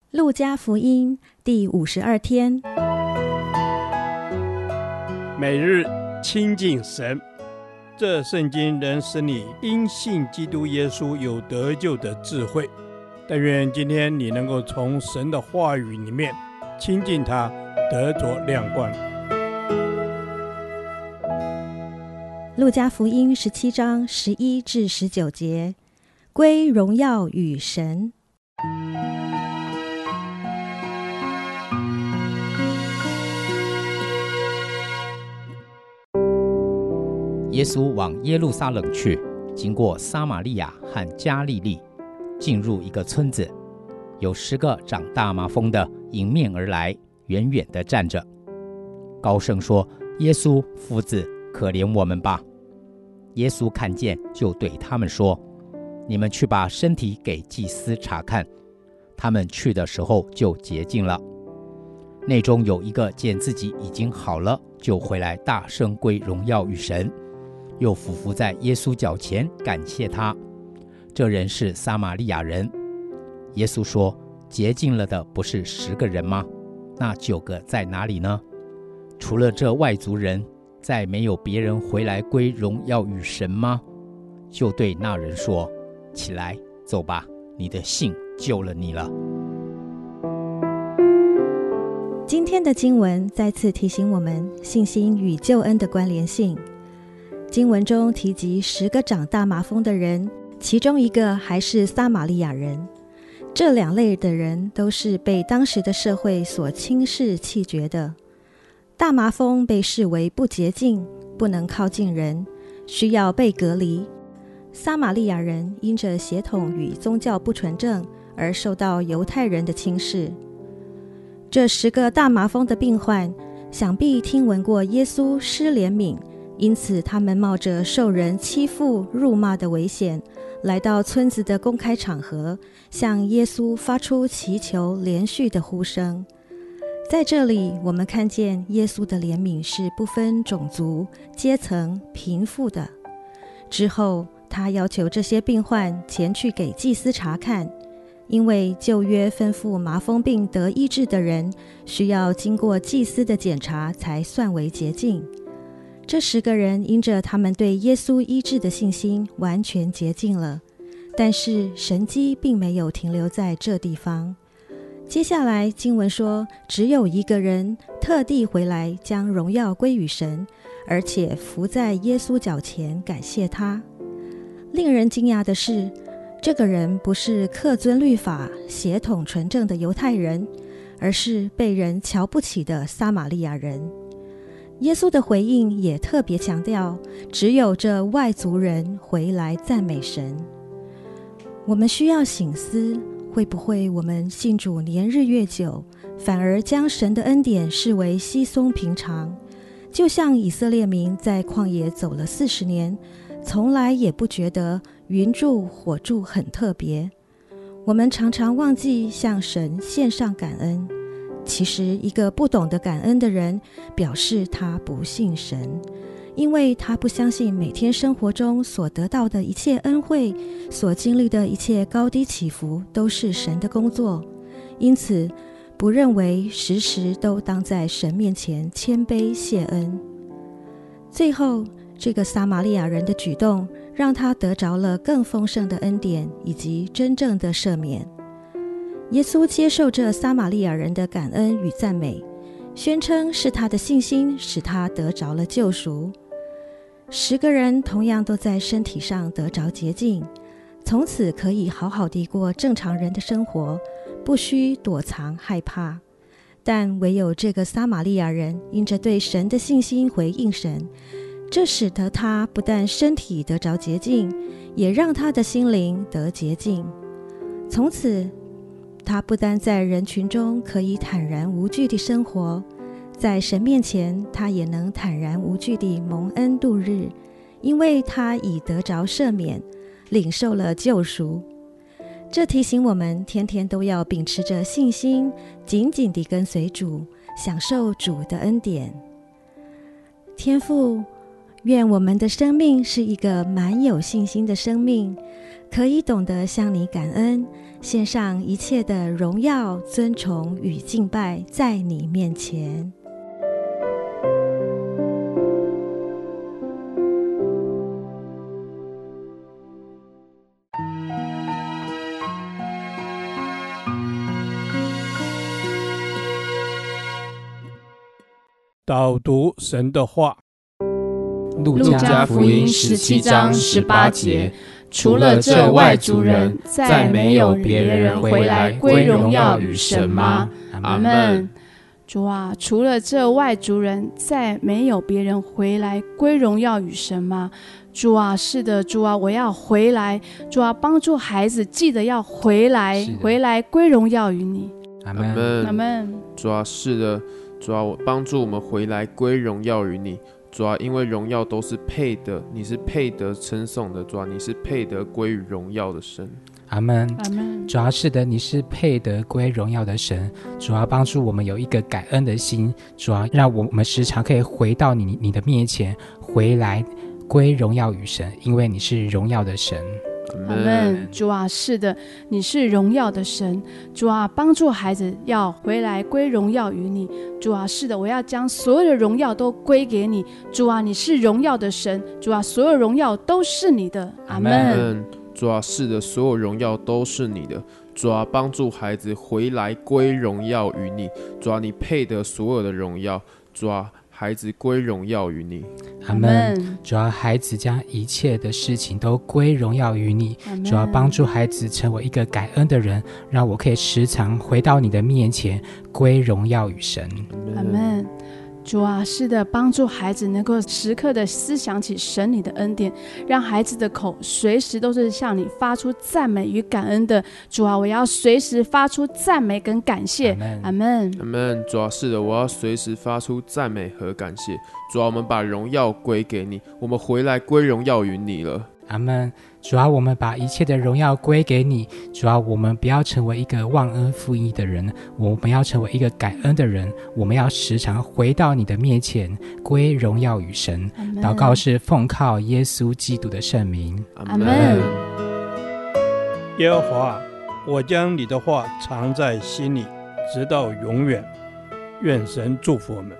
路加福音第52天， 每日亲近神，这圣经能使你因信基督耶稣有得救的智慧。但愿今天你能够从神的话语里面亲近他，得着亮光。 路加福音17章11至19节，归荣耀与神。 耶稣往耶路撒冷去，经过撒玛利亚和加利利，进入一个村子，有10个长大麻风的迎面而来，远远地站着，高声说：耶稣夫子，可怜我们吧。耶稣看见，就对他们说：你们去把身体给祭司查看。他们去的时候就洁净了。内中有一个见自己已经好了，就回来大声归荣耀与神，又俯伏在耶稣脚前感谢他。这人是撒玛利亚人。耶稣说：洁净了的不是10个人吗？那9个在哪里呢？除了这外族人，再没有别人回来归荣耀与神吗？就对那人说：起来，走吧，你的信救了你了。 今天的经文再次提醒我们信心与救恩的关联性。经文中提及10个长大麻风的人，其中一个还是撒玛利亚人。这2类的人都是被当时的社会所轻视弃绝的。大麻风被视为不洁净，不能靠近人，需要被隔离。撒玛利亚人因着血统与宗教不纯正而受到犹太人的轻视。这10个大麻风的病患想必听闻过耶稣施怜悯，因此他们冒着受人欺负辱骂的危险，来到村子的公开场合，向耶稣发出祈求连续的呼声。在这里，我们看见耶稣的怜悯是不分种族、阶层、贫富的。之后，他要求这些病患前去给祭司查看，因为旧约吩咐麻风病得医治的人，需要经过祭司的检查才算为洁净。这10个人因着他们对耶稣医治的信心，完全洁净了。但是神迹并没有停留在这地方。接下来经文说，只有一个人特地回来将荣耀归于神，而且伏在耶稣脚前感谢他。令人惊讶的是，这个人不是恪遵律法、血统纯正的犹太人，而是被人瞧不起的撒玛利亚人。耶稣的回应也特别强调，只有这外族人回来赞美神。我们需要省思，会不会我们信主年日越久，反而将神的恩典视为稀松平常？就像以色列民在旷野走了40年，从来也不觉得云柱火柱很特别。我们常常忘记向神献上感恩。其实一个不懂得感恩的人，表示他不信神，因为他不相信每天生活中所得到的一切恩惠，所经历的一切高低起伏都是神的工作，因此不认为时时都当在神面前谦卑谢恩。最后，这个撒玛利亚人的举动让他得着了更丰盛的恩典以及真正的赦免。耶稣接受这撒玛利亚人的感恩与赞美，宣称是他的信心使他得着了救赎。10个人同样都在身体上得着洁净，从此可以好好地过正常人的生活，不需躲藏害怕。但唯有这个撒玛利亚人因着对神的信心回应神，这使得他不但身体得着洁净，也让他的心灵得洁净。从此他不但在人群中可以坦然无惧地生活，在神面前他也能坦然无惧地蒙恩度日，因为他已得着赦免，领受了救赎。这提醒我们天天都要秉持着信心，紧紧地跟随主，享受主的恩典。天父，愿我们的生命是一个满有信心的生命，可以懂得向你感恩， 献上一切的荣耀、尊崇与敬拜在你面前。 导读神的话。 路加福音17章18节，除了这外族人，再没有别人回来归荣耀与神吗？阿们。 主啊，除了这外族人，再没有别人回来归荣耀与神吗？主啊，是的，主啊，我要回来。主啊，帮助孩子记得要回来，回来归荣耀于你。 阿们， 阿们。 主啊，是的，主啊，帮助我们回来归荣耀于你。主啊，因为荣耀都是配的，你是配得称颂的。主啊，你是配得归于荣耀的神。 阿们， 阿们。 主啊，是的，你是配得归荣耀的神。主啊，帮助我们有一个感恩的心。主啊，让我们时常可以回到你的面前，回来归荣耀与神，因为你是荣耀的神。 阿们。主啊，是的，你是荣耀的神。主啊，帮助孩子要回来归荣耀于你。主啊，是的，我要将所有的荣耀都归给你。主啊，你是荣耀的神。主啊，所有荣耀都是你的。阿们。 主啊，是的，所有荣耀都是你的。主啊，帮助孩子回来归荣耀于你。主啊，你配得所有的荣耀。主啊，孩子归荣耀于你。 阿们。主啊，孩子将一切的事情都归荣耀于你。主啊，帮助孩子成为一个感恩的人，让我可以时常回到你的面前，归荣耀与神。 阿们。主啊，是的，帮助孩子能够时刻的思想起神你的恩典，让孩子的口随时都是向你发出赞美与感恩的。主啊，我要随时发出赞美跟感谢。阿们。 阿们。主啊，是的，我要随时发出赞美和感谢。主啊，我们把荣耀归给你，我们回来归荣耀于你了。 阿们。主啊，我们把一切的荣耀归给你。主啊，我们不要成为一个忘恩负义的人，我们要成为一个感恩的人。我们要时常回到你的面前，归荣耀与神。祷告是奉靠耶稣基督的圣名。 阿们。 耶和华，我将你的话藏在心里，直到永远。愿神祝福我们。